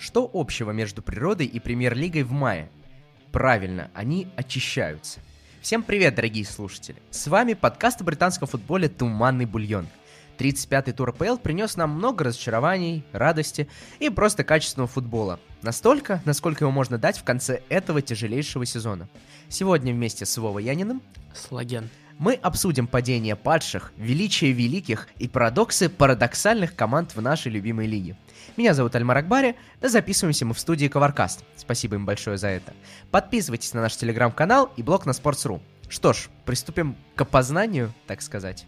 Что общего между природой и премьер-лигой в мае? Правильно, они очищаются. Всем привет, дорогие слушатели! С вами подкаст о британском футболе «Туманный бульон». 35-й тур АПЛ принес нам много разочарований, радости и просто качественного футбола. Настолько, насколько его можно дать в конце этого тяжелейшего сезона. Сегодня вместе с Вовой Яниным Слаген. мы обсудим падение падших, величие великих и парадоксы парадоксальных команд в нашей любимой лиге. Меня зовут Альмар Акбари, да записываемся мы в студии Covercast. Спасибо им большое за это. Подписывайтесь на наш телеграм-канал и блог на Sports.ru. Что ж, приступим к опознанию, так сказать.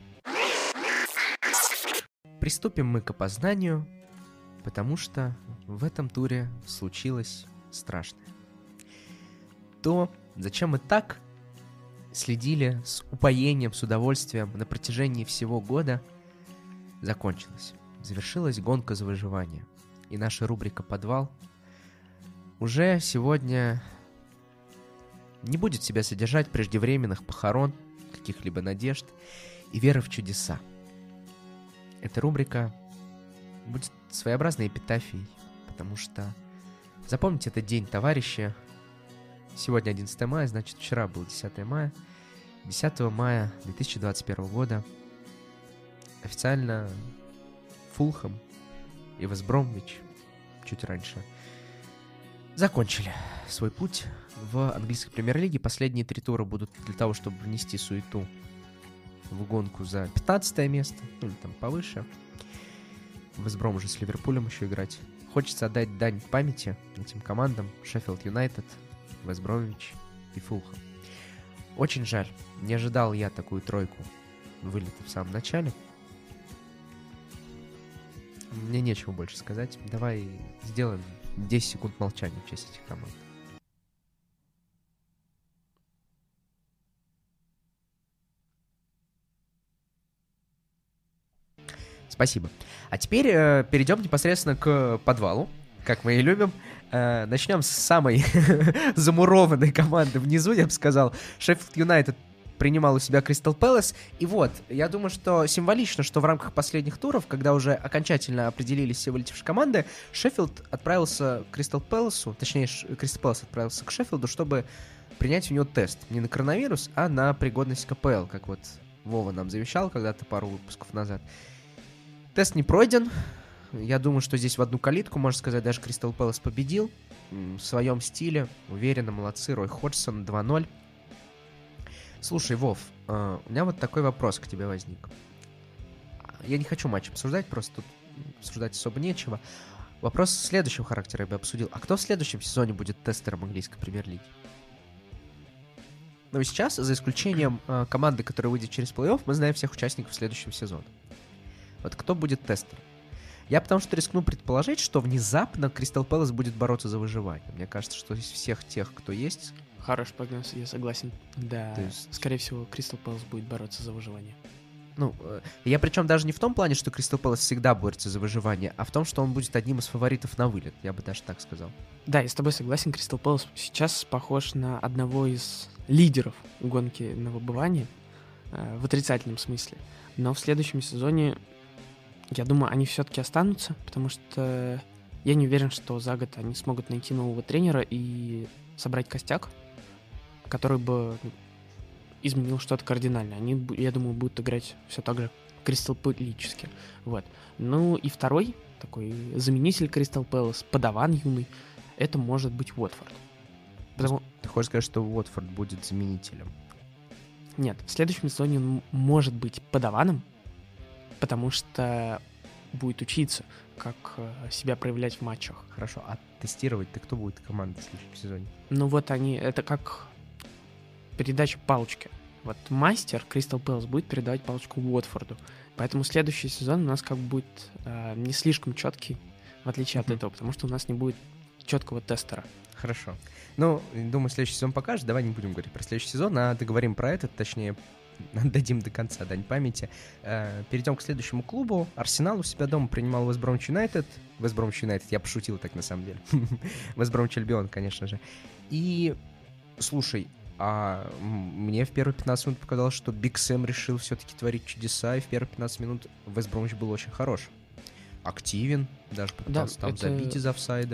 Приступим мы к опознанию, потому что в этом туре случилось страшное. То, зачем мы так следили с упоением, с удовольствием на протяжении всего года, закончилось. Завершилась гонка за выживание. И наша рубрика «Подвал» уже сегодня не будет в себя содержать преждевременных похорон, каких-либо надежд и веры в чудеса. Эта рубрика будет своеобразной эпитафией, потому что запомните этот день, товарищи. Сегодня 11 мая, значит вчера был 10 мая. 10 мая 2021 года официально Фулхэм и Вест Бромвич чуть раньше закончили свой путь в английской премьер-лиге. Последние 3 тура будут для того, чтобы внести суету в гонку за 15 место, ну или там повыше. Вест Бром уже с Ливерпулем еще играть. Хочется отдать дань памяти этим командам: Шеффилд Юнайтед, Вест Бромвич и Фулхэм. Очень жаль, не ожидал я такую тройку вылета в самом начале. Мне нечего больше сказать. Давай сделаем 10 секунд молчания в честь этих команд. Спасибо. А теперь перейдем непосредственно к подвалу, как мы и любим. Начнем с самой замурованной команды внизу, я бы сказал. Шеффилд Юнайтед принимал у себя Кристал Пэлас. И вот, я думаю, что символично, что в рамках последних туров, когда уже окончательно определились все вылетевшие команды, Шеффилд отправился к Кристал Пэласу, точнее, Кристал Пэлас отправился к Шеффилду, чтобы принять у него тест. Не на коронавирус, а на пригодность к АПЛ, как вот Вова нам завещал когда-то пару выпусков назад. Тест не пройден. Я думаю, что здесь в одну калитку, можно сказать, даже Кристал Пэлас победил в своем стиле. Уверенно, молодцы. Рой Ходжсон 2-0. Слушай, Вов, у меня вот такой вопрос к тебе возник. Я не хочу матч обсуждать, просто тут обсуждать особо нечего. Вопрос следующего характера я бы обсудил. А кто в следующем сезоне будет тестером английской премьер-лиги? Ну и сейчас, за исключением команды, которая выйдет через плей-офф, мы знаем всех участников следующего сезона. Вот кто будет тестером? Я потому что рискну предположить, что внезапно Кристал Пэлас будет бороться за выживание. Мне кажется, что из всех тех, кто есть... Хороший прогноз, я согласен. Да, То есть... скорее всего, Кристал Пэлас будет бороться за выживание. Ну, я причем даже не в том плане, что Кристал Пэлас всегда борется за выживание, а в том, что он будет одним из фаворитов на вылет. Я бы даже так сказал. Да, я с тобой согласен. Кристал Пэлас сейчас похож на одного из лидеров гонки на выбывание в отрицательном смысле. Но в следующем сезоне, я думаю, они все-таки останутся, потому что я не уверен, что за год они смогут найти нового тренера и собрать костяк, который бы изменил что-то кардинальное. Они, я думаю, будут играть все так же кристаллически. Вот. Ну и второй такой заменитель Кристал Пэлас, подаван юный, это может быть Уотфорд. Потому... Ты хочешь сказать, что Уотфорд будет заменителем? Нет, в следующем сезоне он может быть подаваном, потому что будет учиться, как себя проявлять в матчах. Хорошо, а тестировать-то кто будет командой в следующем сезоне? Ну вот они, это как передача палочки. Вот мастер Кристал Пэлас будет передавать палочку Уотфорду. Поэтому следующий сезон у нас как бы будет не слишком четкий, в отличие от этого, потому что у нас не будет четкого тестера. Хорошо. Ну, думаю, следующий сезон покажет. Давай не будем говорить про следующий сезон, а договорим про этот, точнее, дадим до конца дань памяти. Перейдем к следующему клубу. Арсенал у себя дома принимал Вест Бромвич Юнайтед. Вест Бромвич Юнайтед, я пошутил так на самом деле. Вест Бромвич Альбион, конечно же. И, слушай, а мне в первые 15 минут показалось, что Биг Сэм решил все-таки творить чудеса, и в первые 15 минут Вест Бромвич был очень хорош. Активен, даже пытался там забить из офсайда.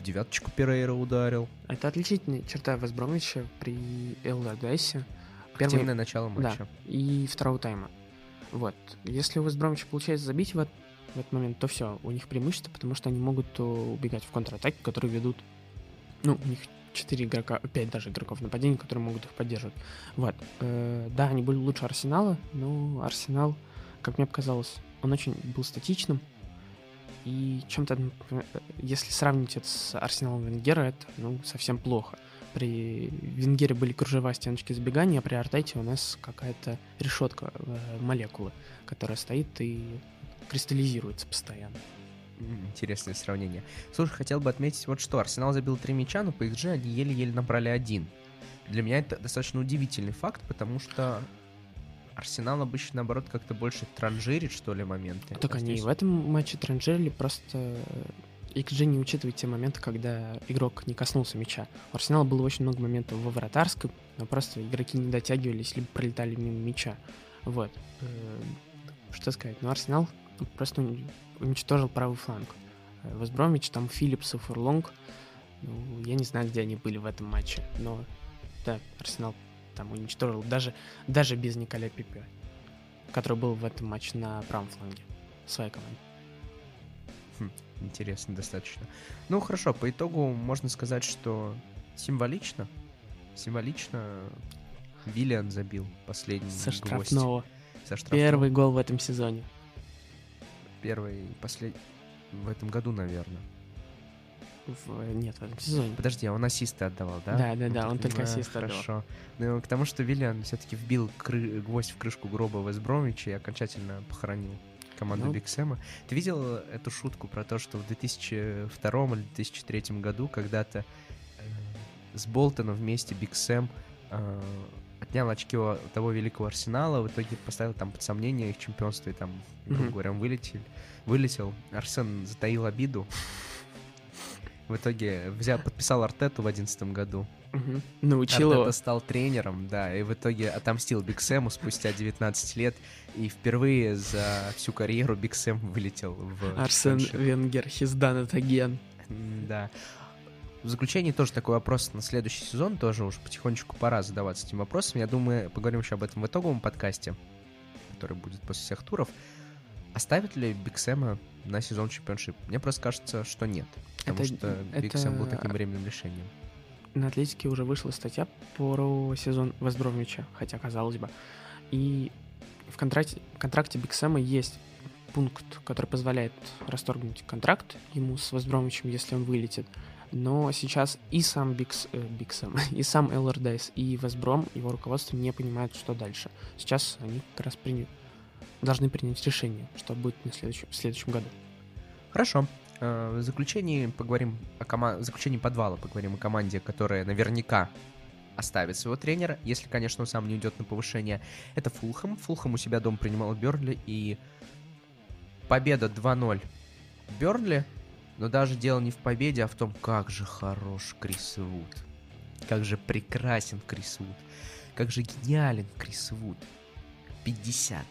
девяточку Перейра ударил. Это отличительная черта Вест Бромвича при Эллардайсе. Активное начало Да, матча. и второго тайма. Вот. Если у Вест Бромвича получается забить в этот момент, то все, у них преимущество, потому что они могут убегать в контратаке, которые ведут... Ну, у них 4 игрока, 5 даже игроков нападения, которые могут их поддерживать. Вот. Да, они были лучше Арсенала, но Арсенал, как мне показалось, он очень был статичным. И чем-то, если сравнить это с Арсеналом Венгера, это совсем плохо. При Венгере были кружева стеночки сбегания, а при Артете у нас какая-то решетка, молекулы, которая стоит и кристаллизируется постоянно. Интересное сравнение. Слушай, хотел бы отметить вот что. Арсенал забил 3 мяча, но по XG они еле-еле набрали 1. Для меня это достаточно удивительный факт, потому что Арсенал обычно, наоборот, как-то больше транжирит, что ли, моменты. Так они и в этом матче транжирили, просто XG не учитывает те моменты, когда игрок не коснулся мяча. У Арсенала было очень много моментов во вратарской, но просто игроки не дотягивались, либо пролетали мимо мяча. Вот. Что сказать? Ну, Арсенал просто уничтожил правый фланг. Вест Бромвич, там Филлипс и Фурлонг, я не знаю, где они были в этом матче, но да, Арсенал там уничтожил даже без Николя Пепе, который был в этом матче на правом фланге своей команды. Интересно достаточно. Ну, хорошо, по итогу можно сказать, что символично Виллиан забил последний Со гвоздь. штрафного. Со штрафного. Первый гол в этом сезоне. Последний в этом году, наверное. Нет, в этом сезоне. Подожди, а он ассисты отдавал, да? Да, он только ассисты отдавал. Хорошо. Ну, к тому, что Виллиан все-таки вбил гвоздь в крышку гроба Вест Бромвича и окончательно похоронил команду Биг Сэма. Ты видел эту шутку про то, что в 2002 или 2003 году когда-то с Болтоном вместе Биг Сэм отнял очки у того великого Арсенала, в итоге поставил там под сомнение их чемпионство, и там, грубо говоря, вылетел. Арсен затаил обиду. В итоге подписал Артету в 2011 году. Научил Артета его. стал тренером, да, и в итоге отомстил Биг Сэму спустя 19 лет, и впервые за всю карьеру Биг Сэм вылетел в Арсен чемпионшип. Венгер, he's done it again. Да. В заключение тоже такой вопрос на следующий сезон, тоже уж потихонечку пора задаваться этим вопросом. Я думаю, поговорим еще об этом в итоговом подкасте, который будет после всех туров. Оставит ли Биг Сэма на сезон чемпионшип? Мне просто кажется, что нет, потому что Биг Сэм был таким временным решением. На Атлетике уже вышла статья про сезон Вест Бромвича, хотя, казалось бы. И в контракте Биг Сэма есть пункт, который позволяет расторгнуть контракт ему с Вест Бромвичем, если он вылетит. Но сейчас и сам Биг Сэм, и сам Эллардайс, и Вест Бром, его руководство не понимают, что дальше. Сейчас они как раз должны принять решение, что будет в следующем году. Хорошо. В заключении в заключении подвала поговорим о команде, которая наверняка оставит своего тренера, если, конечно, он сам не уйдет на повышение. Это Фулхэм. Фулхэм у себя дома принимал Бёрнли, и победа 2-0 Бёрнли. Но даже дело не в победе, а в том, как же хорош Крис Вуд. Как же прекрасен Крис Вуд. Как же гениален Крис Вуд. 50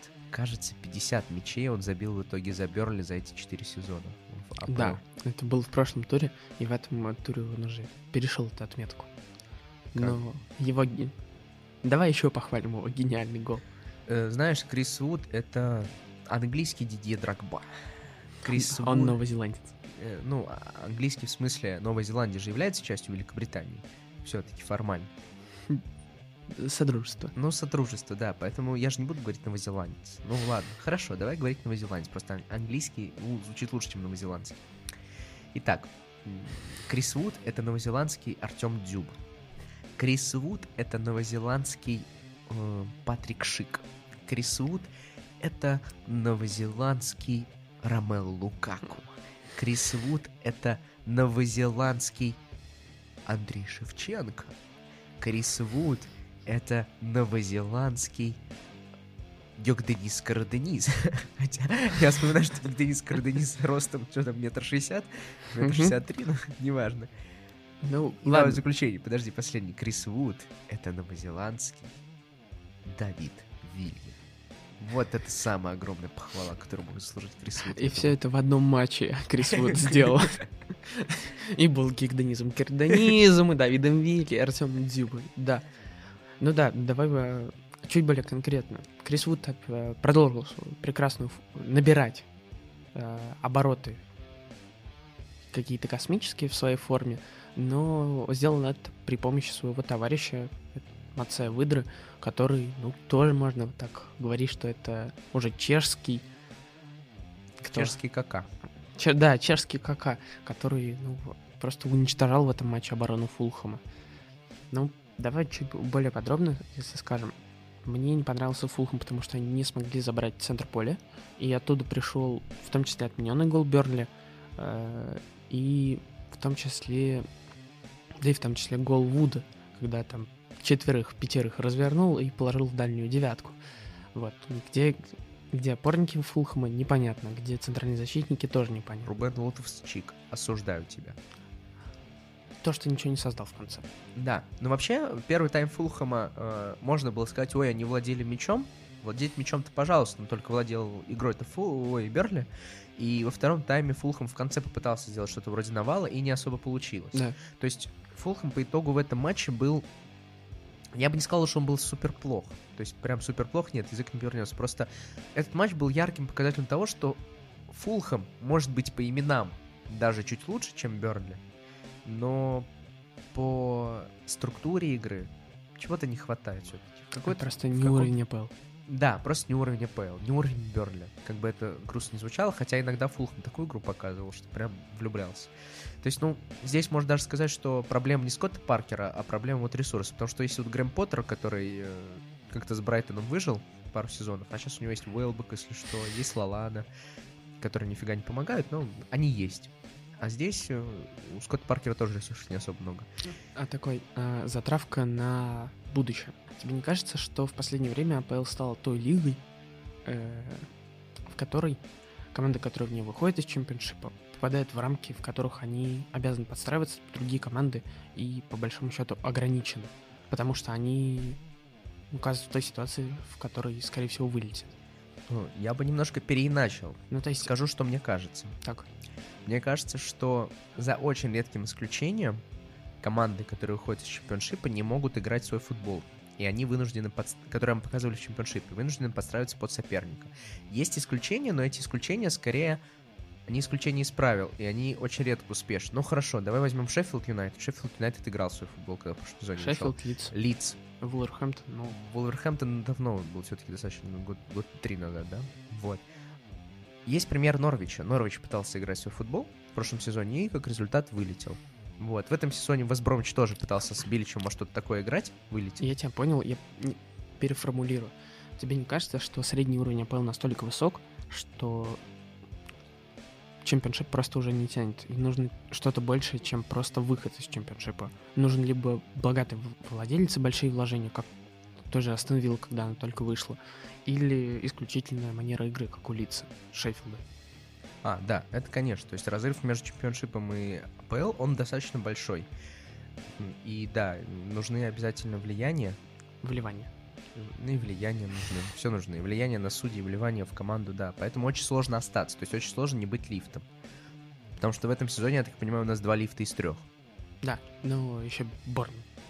мячей он забил в итоге за Бёрнли за эти 4 сезона. Да, это было в прошлом туре, и в этом туре он уже перешел эту отметку. Как? Но его... Давай еще похвалим его гениальный гол. Знаешь, Крис Вуд — это английский Дидье Дрогба. Крис Он Вуд... новозеландец. Английский в смысле Новая Зеландия же является частью Великобритании. Все-таки формально. Содружество. Содружество, да, поэтому я же не буду говорить новозеландец. Ну ладно, хорошо, давай говорить новозеландец, просто английский звучит лучше, чем новозеландский. Итак, Крис Вуд — это новозеландский Артем Дзюба. Крис Вуд — это новозеландский Патрик Шик. Крис Вуд — это новозеландский Ромелу Лукаку. Крис Вуд — это новозеландский Андрей Шевченко. Крис Вуд — это новозеландский Денис Караденис. Хотя я вспоминаю, что Денис Караденис ростом, что там, 1,60 м, 1,63 м, неважно. Ладно. В заключение, подожди, последний. Крис Вуд — это новозеландский Давид Вилья. Вот это самая огромная похвала, которую может заслужить Крис Вуд. И все это в одном матче Крис Вуд сделал. И был Денизом Кирданизом, и Давидом Вилли, и Артемом Дзюбой, да. Ну да, давай чуть более конкретно. Крис Вуд продолжил свою прекрасную набирать обороты какие-то космические в своей форме, но сделал это при помощи своего товарища Мацея Выдры, который, тоже можно так говорить, что это уже чешский... Чешский кака. Да, чешский кака, который, просто уничтожал в этом матче оборону Фулхэма. Давай чуть более подробно, если скажем. Мне не понравился Фулхэм, потому что они не смогли забрать центр поля, и оттуда пришел в том числе отмененный гол Бернли, и в том числе гол Вуда, когда там 4-5 развернул и положил в дальнюю девятку. Вот. Где опорники Фулхэма, непонятно. Где центральные защитники, тоже непонятно. Рубен Лотовс-Чик, осуждаю тебя. То, что ничего не создал в конце. Да, но вообще первый тайм Фулхэма можно было сказать, ой, они владели мячом. Владеть мячом-то, пожалуйста, но только владел игрой-то Бернли. И во втором тайме Фулхэм в конце попытался сделать что-то вроде навала, и не особо получилось. Да. То есть Фулхэм по итогу в этом матче был... Я бы не сказал, что он был супер плох. То есть прям супер плох, нет, язык не повернется. Просто этот матч был ярким показателем того, что Фулхэм может быть по именам даже чуть лучше, чем Бернли, но по структуре игры чего-то не хватает все-таки. Какой-то просто не уровень АПЛ. Да, просто не уровень АПЛ, не уровень Бернли. Как бы это грустно не звучало, хотя иногда Фулхэм такую игру показывал, что прям влюблялся. То есть, здесь можно даже сказать, что проблема не Скотта Паркера, а проблема вот ресурса. Потому что есть вот Грэм Поттер, который как-то с Брайтоном выжил пару сезонов, а сейчас у него есть Уэлбек, если что, есть Лалана, которые нифига не помогают, но они есть. А здесь у Скотта Паркера тоже ресурсов не особо много. Затравка на будущее. Тебе не кажется, что в последнее время АПЛ стала той лигой, в которой команда, которая в нее выходит из чемпионшипа, попадает в рамки, в которых они обязаны подстраиваться под другие команды и, по большому счету, ограничены? Потому что они оказываются в той ситуации, в которой, скорее всего, вылетят. Я бы немножко переиначил. То есть... Скажу, что мне кажется. Так. Мне кажется, что за очень редким исключением команды, которые уходят из чемпионшипа, не могут играть свой футбол. И они вынуждены, которые мы показывали в чемпионшипе, вынуждены подстраиваться под соперника. Есть исключения, но эти исключения скорее... Они исключения из правил, и они очень редко успешны. Хорошо, давай возьмем Шеффилд Юнайтед. Шеффилд Юнайтед играл в свой футбол, когда в прошлом сезоне Шеффилд, Лидс. Вулверхэмптон, Вулверхэмптон давно был все-таки достаточно, год 3 назад, да? Вот. Есть пример Норвича. Норвич пытался играть в свой футбол в прошлом сезоне и как результат вылетел. Вот. В этом сезоне Вест Бромвич тоже пытался с Биличем во что-то такое играть, вылетел. Я тебя понял, я переформулирую. Тебе не кажется, что средний уровень АПЛ настолько высок, что чемпионшип просто уже не тянет? И нужно что-то большее, чем просто выход из чемпионшипа. Нужен либо богатый владелец и большие вложения, как тоже Астон Вилла, когда она только вышла, или исключительная манера игры, как у Лидса, Шеффилда. Да, это конечно. То есть разрыв между чемпионшипом и АПЛ, он достаточно большой. И да, нужны обязательно вливания. И влияние нужны. Все нужно. И влияние на судьи, и вливание в команду, да. Поэтому очень сложно остаться. То есть очень сложно не быть лифтом. Потому что в этом сезоне, я так понимаю, у нас 2 лифта из 3. Да, еще Борн.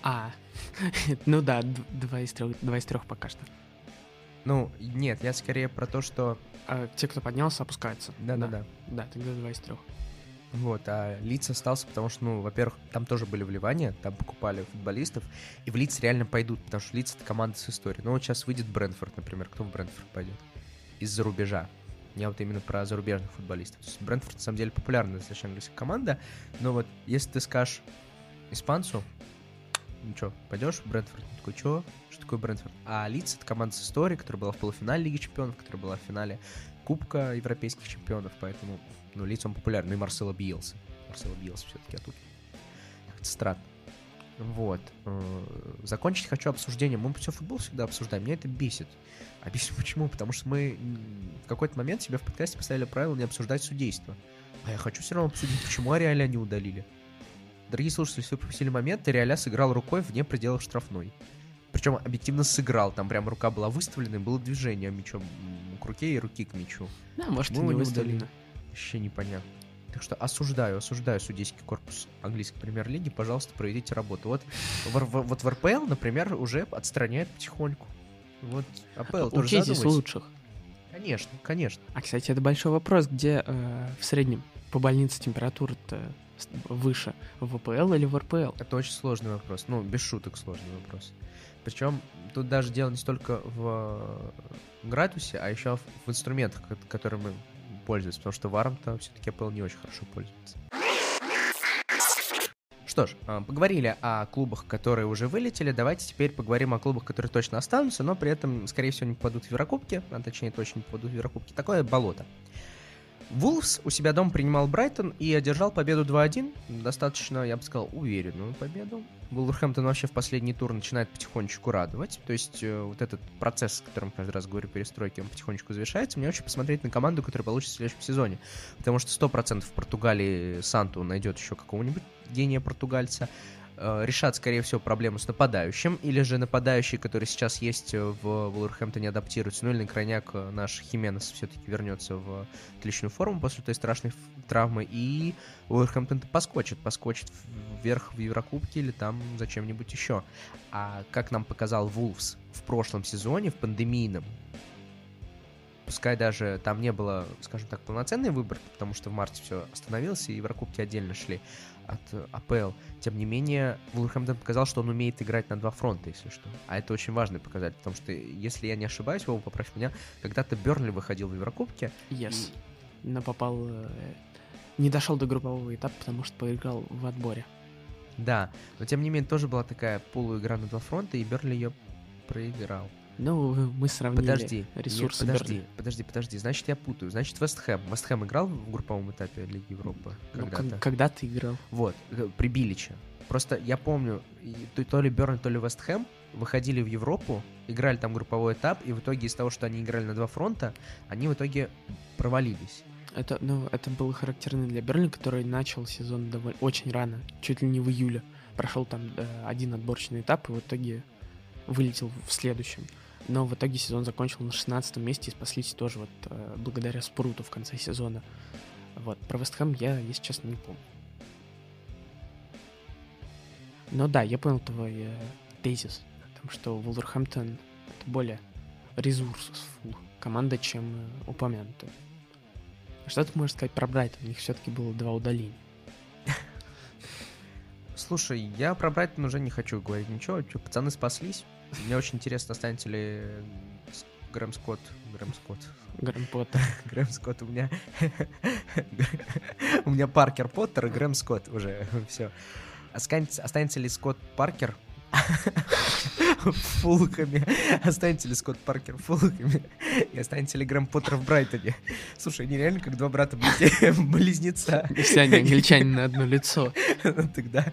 2 из 3 пока что. Нет, я скорее про то, что... те, кто поднялся, опускаются. Да. Да, тогда 2 из 3. Вот, а Лидс остался, потому что, во-первых, там тоже были вливания, там покупали футболистов, и в Лидс реально пойдут, потому что Лидс — это команда с историей. Вот сейчас выйдет Брентфорд, например. Кто в Брентфорд пойдет? Из-за рубежа. Я вот именно про зарубежных футболистов. То есть Брентфорд, на самом деле, популярная достаточно английская команда, но вот если ты скажешь испанцу, пойдешь в Брентфорд? Он такой, что такое Брентфорд? А Лидс — это команда с историей, которая была в полуфинале Лиги Чемпионов, которая была в финале Кубка Европейских Чемпионов, поэтому, Лидс он популярный. И Марсело Биелса. Все-таки оттуда. Это странно. Вот. Закончить хочу обсуждение. Мы все футбол всегда обсуждаем. Меня это бесит. Объясню почему. Потому что мы в какой-то момент себе в подкасте поставили правило не обсуждать судейство. А я хочу все равно обсудить, почему Ариаля не удалили. Дорогие слушатели, если вы пропустили момент, Ариаля сыграл рукой вне пределов штрафной. Причем объективно сыграл. Там прям рука была выставлена, и было движение мячом к руке и руки к мячу. Да, может, и Почему не его выставлено. Вообще непонятно. Так что осуждаю судейский корпус английской премьер-лиги. Пожалуйста, проведите работу. Вот в РПЛ, например, уже отстраняют потихоньку. Вот АПЛ тоже Учитесь задумайся. лучших. Конечно, конечно. А, кстати, это большой вопрос, где в среднем по больнице температура-то выше, в АПЛ или в РПЛ? Это очень сложный вопрос. Ну, без шуток сложный вопрос. Причем тут даже дело не столько в градусе, а еще в инструментах, которыми мы пользуемся. Потому что варом-то все-таки АПЛ не очень хорошо пользуется. Что ж, поговорили о клубах, которые уже вылетели. Давайте теперь поговорим о клубах, которые точно останутся, но при этом, скорее всего, не попадут в Еврокубки, а точнее, точно не попадут в Еврокубки. Такое болото. Вулфс у себя дома принимал Брайтон и одержал победу 2-1. Достаточно, я бы сказал, уверенную победу. Вулверхэмптон вообще в последний тур начинает потихонечку радовать. То есть вот этот процесс, о котором каждый раз говорю, перестройки, он потихонечку завершается. Мне очень посмотреть на команду, которая получится в следующем сезоне. Потому что 100% в Португалии Санту найдет еще какого-нибудь гения португальца. Решат, скорее всего, проблему с нападающим, или же нападающий, который сейчас есть в Вулверхэмптоне, адаптируется. Ну или на крайняк наш Хименес все-таки вернется в отличную форму после той страшной травмы, и Вулверхэмптон поскочит вверх в Еврокубке или там зачем-нибудь еще. А как нам показал Вулфс в прошлом сезоне, в пандемийном, пускай даже там не было, скажем так, полноценной выборки, потому что в марте все остановилось, и Еврокубки отдельно шли от АПЛ. Тем не менее, Вулверхэмптон показал, что он умеет играть на два фронта, если что. А это очень важный показатель, потому что, если я не ошибаюсь, Вова, поправь меня, когда-то Бернли выходил в Еврокубке. Yes. Но попал... Не дошел до группового этапа, потому что поиграл в отборе. Да, но тем не менее, тоже была такая полуигра на два фронта, и Бернли ее проиграл. Ну, мы сравнили ресурсы Бернли. Подожди, значит, я путаю. Значит, Вест Хэм играл в групповом этапе Лиги Европы когда-то? Когда-то играл. Вот, при Биличе. Просто я помню, то ли Бернли, то ли Вест Хэм выходили в Европу, играли там групповой этап, и в итоге из того, что они играли на два фронта, они в итоге провалились. Это было характерно для Бернли, который начал сезон очень рано, чуть ли не в июле. Прошел там один отборочный этап, и в итоге вылетел в следующем. Но в итоге сезон закончил на 16 месте и спаслись тоже вот благодаря спруту в конце сезона. Вот. Про Вест Хэм я, если честно, не помню. Но да, я понял твой тезис о том, что Вулверхэмптон — это более ресурсов команда, чем упомянутая. Что ты можешь сказать про Брайтон? У них все-таки было 2 удаления. Слушай, я про Брайтон уже не хочу говорить ничего. Пацаны спаслись. Мне очень интересно, останется ли Грэм Скотт. Грэм Поттер. Грэм Скотт у меня... У меня Паркер Поттер и Грэм Скотт уже. Все. Останется ли Скотт Паркер в Фулхэме? Останется ли Скотт Паркер в Фулхэме? И останется ли Грэм Поттер в Брайтоне? Слушай, они реально как два брата-близнеца. Все они англичане на одно лицо. Тогда...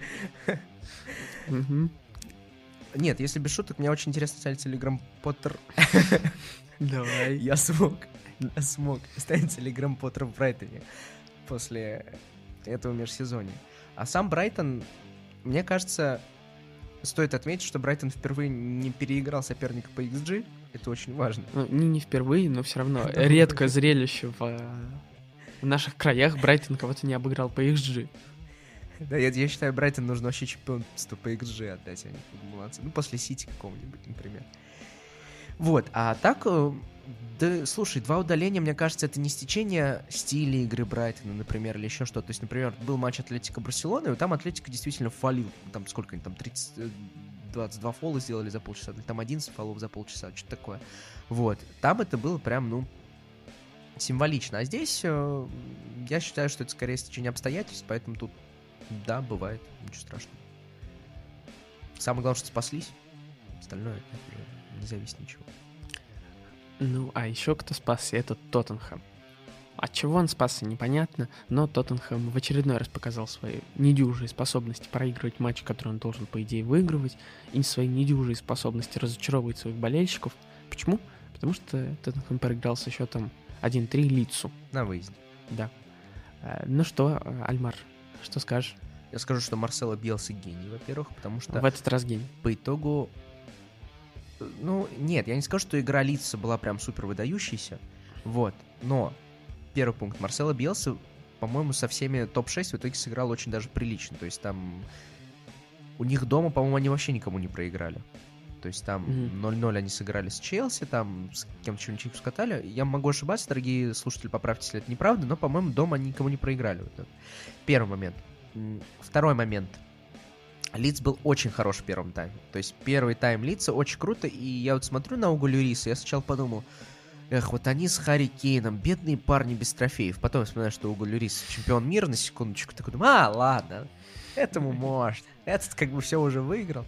Нет, если без шуток, мне очень интересно, останется ли Грэм Поттер... Давай. Я смог. Останется ли Грэм Поттер в Брайтоне после этого межсезонья? А сам Брайтон, мне кажется, стоит отметить, что Брайтон впервые не переиграл соперника по XG. Это очень важно. Ну, не впервые, но все равно редкое зрелище в наших краях. Брайтон кого-то не обыграл по XG. Да, я считаю, Брайтон нужно вообще чемпионство по XG отдать, они молодцы. Ну, после Сити какого-нибудь, например. Вот, а так, да, слушай, 2 удаления, мне кажется, это не стечение стиля игры Брайтона, например, или еще что-то. То есть, например, был матч Атлетико-Барселона, и там Атлетико действительно фалил. Там сколько они, там 22 фола сделали за полчаса, или там 11 фолов за полчаса, что-то такое. Вот, там это было прям, ну, символично. А здесь я считаю, что это скорее стечение обстоятельств, поэтому тут да, бывает, ничего страшного. Самое главное, что спаслись. Остальное уже не зависит ничего. Ну, а еще кто спасся, это Тоттенхэм. От чего он спасся, непонятно, но Тоттенхэм в очередной раз показал свои недюжие способности проигрывать матчи, которые он должен, по идее, выигрывать, и свои недюжие способности разочаровывать своих болельщиков. Почему? Потому что Тоттенхэм проиграл со счетом 1-3 Лидсу. На выезде. Да. Ну что, Альмар, что скажешь? Я скажу, что Марсело Бьелса гений, во-первых, потому что... В этот раз гений. По итогу Ну, нет, я не скажу, что игра Лидса была прям супер выдающейся, вот, но первый пункт. Марсело Биелса, по-моему, со всеми топ-6 в итоге сыграл очень даже прилично, то есть там у них дома, по-моему, они вообще никому не проиграли. То есть там 0-0 они сыграли с Челси, там с кем-то что-нибудь скатали. Я могу ошибаться, дорогие слушатели, поправьте, если это неправда, но, по-моему, дома они никому не проиграли. Вот первый момент. Второй момент. Лидс был очень хорош в первом тайме. То есть первый тайм Лидса очень круто, и я вот смотрю на Уго Lloris, и я сначала подумал, вот они с Харри Кейном, бедные парни без трофеев. Потом я вспоминаю, что Уго Lloris чемпион мира на секундочку. Такой думаю, ладно, этому можно. Этот как бы все уже выиграл.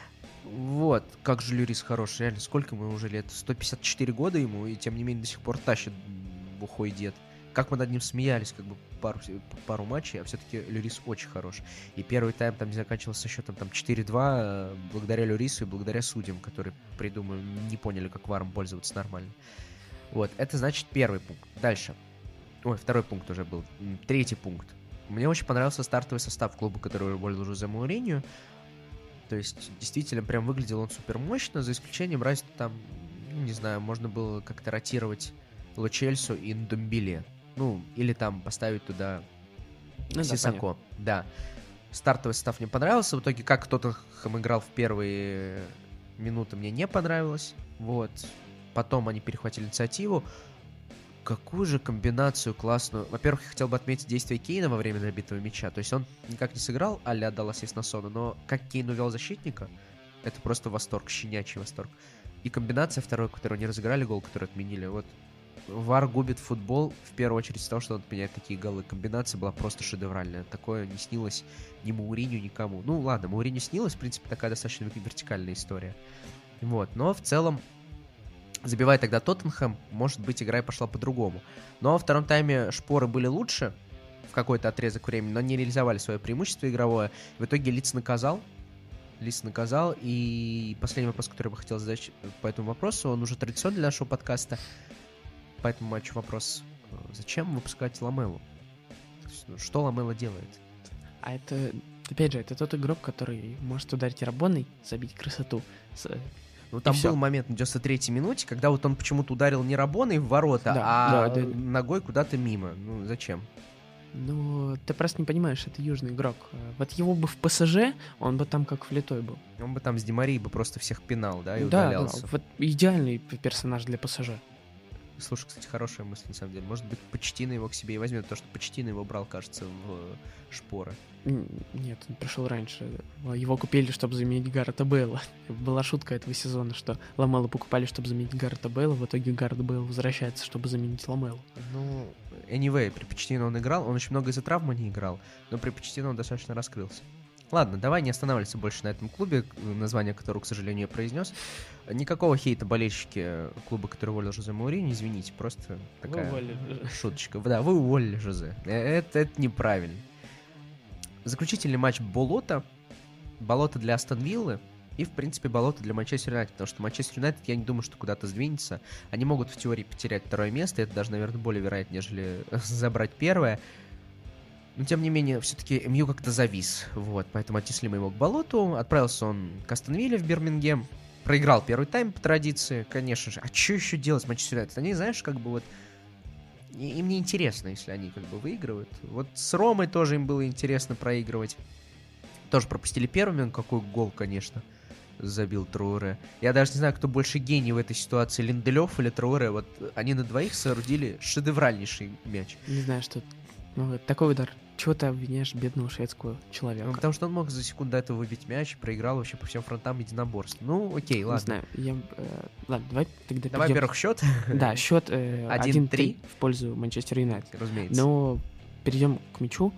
Вот, как же Lloris хороший, реально, сколько ему уже лет? 154 года ему, и тем не менее до сих пор тащит бухой дед. Как мы над ним смеялись, как бы пару матчей, а все-таки Lloris очень хорош. И первый тайм там не заканчивался со счетом там 4-2, благодаря Llorisу и благодаря судьям, которые, придумали, не поняли, как варом пользоваться нормально. Вот, это значит первый пункт. Дальше. Ой, второй пункт уже был. Третий пункт. Мне очень понравился стартовый состав клуба, который уволил Жозе Мауриньо. То есть, действительно, прям выглядел он супер мощно, за исключением разве там, не знаю, можно было как-то ротировать Ло Чельсу и Ндомбеле. Ну, или там поставить туда Сисако. Да. Стартовый состав мне понравился. В итоге, как Тоттенхэм играл в первые минуты, мне не понравилось. Вот. Потом они перехватили инициативу. Какую же комбинацию классную. Во-первых, я хотел бы отметить действие Кейна во время забитого мяча. То есть он никак не сыграл а-ля отдал ассист на Сона, но как Кейн увел защитника, это просто восторг, щенячий восторг. И комбинация второй, которую не разыграли, гол, который отменили. Вот ВАР губит футбол в первую очередь из-за того, что он отменяет такие голы. Комбинация была просто шедевральная. Такое не снилось ни Мауриньо, никому. Ну ладно, Мауриньо снилось, в принципе, такая достаточно вертикальная история. Вот, но в целом забивая тогда Тоттенхэм, может быть, игра и пошла по-другому. Но во втором тайме шпоры были лучше в какой-то отрезок времени, но не реализовали свое преимущество игровое. В итоге Лидс наказал, и последний вопрос, который я бы хотел задать по этому вопросу, он уже традиционный для нашего подкаста. По этому матчу вопрос: зачем выпускать Ламелу? Что Ламела делает? А это, опять же, это тот игрок, который может ударить Рабоной, забить красоту. Ну, там был момент на 93-й минуте, когда вот он почему-то ударил не Рабоной в ворота, да. Ногой куда-то мимо. Ну, зачем? Ну, ты просто не понимаешь, это южный игрок. Вот его бы в ПСЖ, он бы там как влитой был. Он бы там с Ди Марией бы просто всех пинал, да, и удалялся. Да, вот идеальный персонаж для ПСЖ. Слушай, кстати, хорошая мысль, на самом деле. Может быть, Почтино его к себе и возьмет, потому что Почтино его брал, кажется, в шпоры. Нет, он пришел раньше. Его купили, чтобы заменить Гаррета Бейла. Была шутка этого сезона, что Ламелу покупали, чтобы заменить Гаррета Бейла, в итоге Гаррет Бейл возвращается, чтобы заменить Ламелу. Ну, anyway, при Почтино он играл, он очень много из-за травмы не играл, но при Почтино он достаточно раскрылся. Ладно, давай не останавливаться больше на этом клубе, название которого, к сожалению, я произнес. Никакого хейта болельщики клуба, который уволил Жозе Мауриньо, извините, просто такая шуточка. Да, вы уволили Жозе. Это неправильно. Заключительный матч Болото для Астон Виллы и, в принципе, болото для Манчестер Юнайтед, потому что Манчестер Юнайтед, я не думаю, что куда-то сдвинется. Они могут в теории потерять второе место, это даже, наверное, более вероятно, нежели забрать первое. Но, тем не менее, все-таки МЮ как-то завис. Вот, поэтому отнесли мы его к болоту. Отправился он к Астон Вилле в Бирмингем. Проиграл первый тайм по традиции, конечно же. А что еще делать с Манчестер Юнайтед? Они, знаешь, как бы вот... Им не интересно, если они как бы выигрывают. Вот с Ромой тоже им было интересно проигрывать. Тоже пропустили первыми. Какой гол, конечно, забил Трауре. Я даже не знаю, кто больше гений в этой ситуации, Линделёв или Трауре. Вот они на двоих соорудили шедевральнейший мяч. Не знаю, что... Ну, такой удар. Чего ты обвиняешь бедного шведского человека? Ну, потому что он мог за секунду до этого выбить мяч и проиграл вообще по всем фронтам единоборств. Ну, окей, ладно. Не знаю, ладно, давай тогда давай, во-первых, счет. Да, счет 1-3 в пользу Манчестер Юнайтед. Разумеется. Но перейдем к мячу.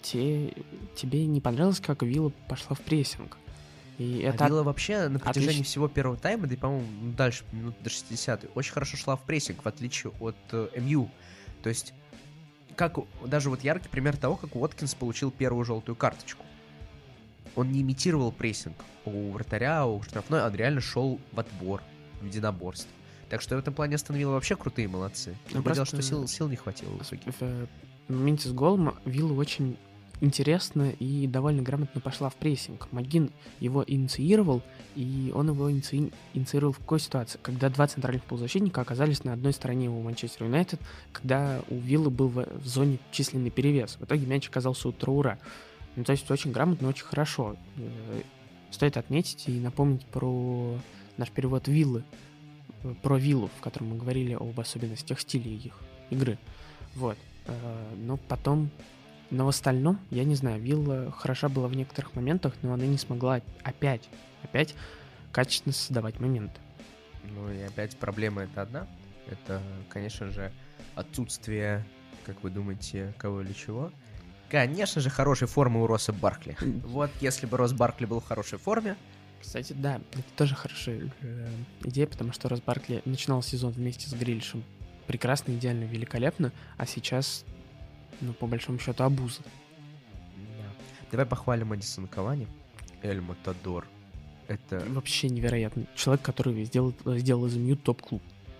Тебе не понравилось, как Вилла пошла в прессинг? И это... Вилла вообще на протяжении всего первого тайма, да и, по-моему, дальше, минут до 60-й, очень хорошо шла в прессинг, в отличие от МЮ. То есть как даже вот яркий пример того, как Уоткинс получил первую желтую карточку. Он не имитировал прессинг у вратаря, у штрафной, он реально шел в отбор, в единоборство. Так что в этом плане Астон Вилла вообще крутые молодцы. Другое дело, что сил не хватило. В моменте с голом Вилла очень интересно и довольно грамотно пошла в прессинг. МcGinn его инициировал, и он его инициировал в какой ситуации? Когда два центральных полузащитника оказались на одной стороне у Манчестер Юнайтед, когда у Виллы был в зоне численный перевес. В итоге мяч оказался у Трауре. Ну, то есть очень грамотно, очень хорошо. Стоит отметить и напомнить про наш перевод Виллы, про Виллу, в котором мы говорили об особенностях стиля их игры. Вот. Но потом... Но в остальном, я не знаю, Вилла хороша была в некоторых моментах, но она не смогла опять качественно создавать моменты. Ну и опять проблема это одна. Это, конечно же, отсутствие, как вы думаете, кого или чего. Конечно же, хорошей формы у Росса Баркли. Вот если бы Росс Баркли был в хорошей форме. Кстати, да, это тоже хорошая идея, потому что Росс Баркли начинал сезон вместе с Грилишем прекрасно, идеально, великолепно, а сейчас... Ну, по большому счету, обуза. Да. Давай похвалим Эдисон Кавани. Эль Матадор. Это... Вообще невероятно. Человек, который сделал из МЮ топ-клуб.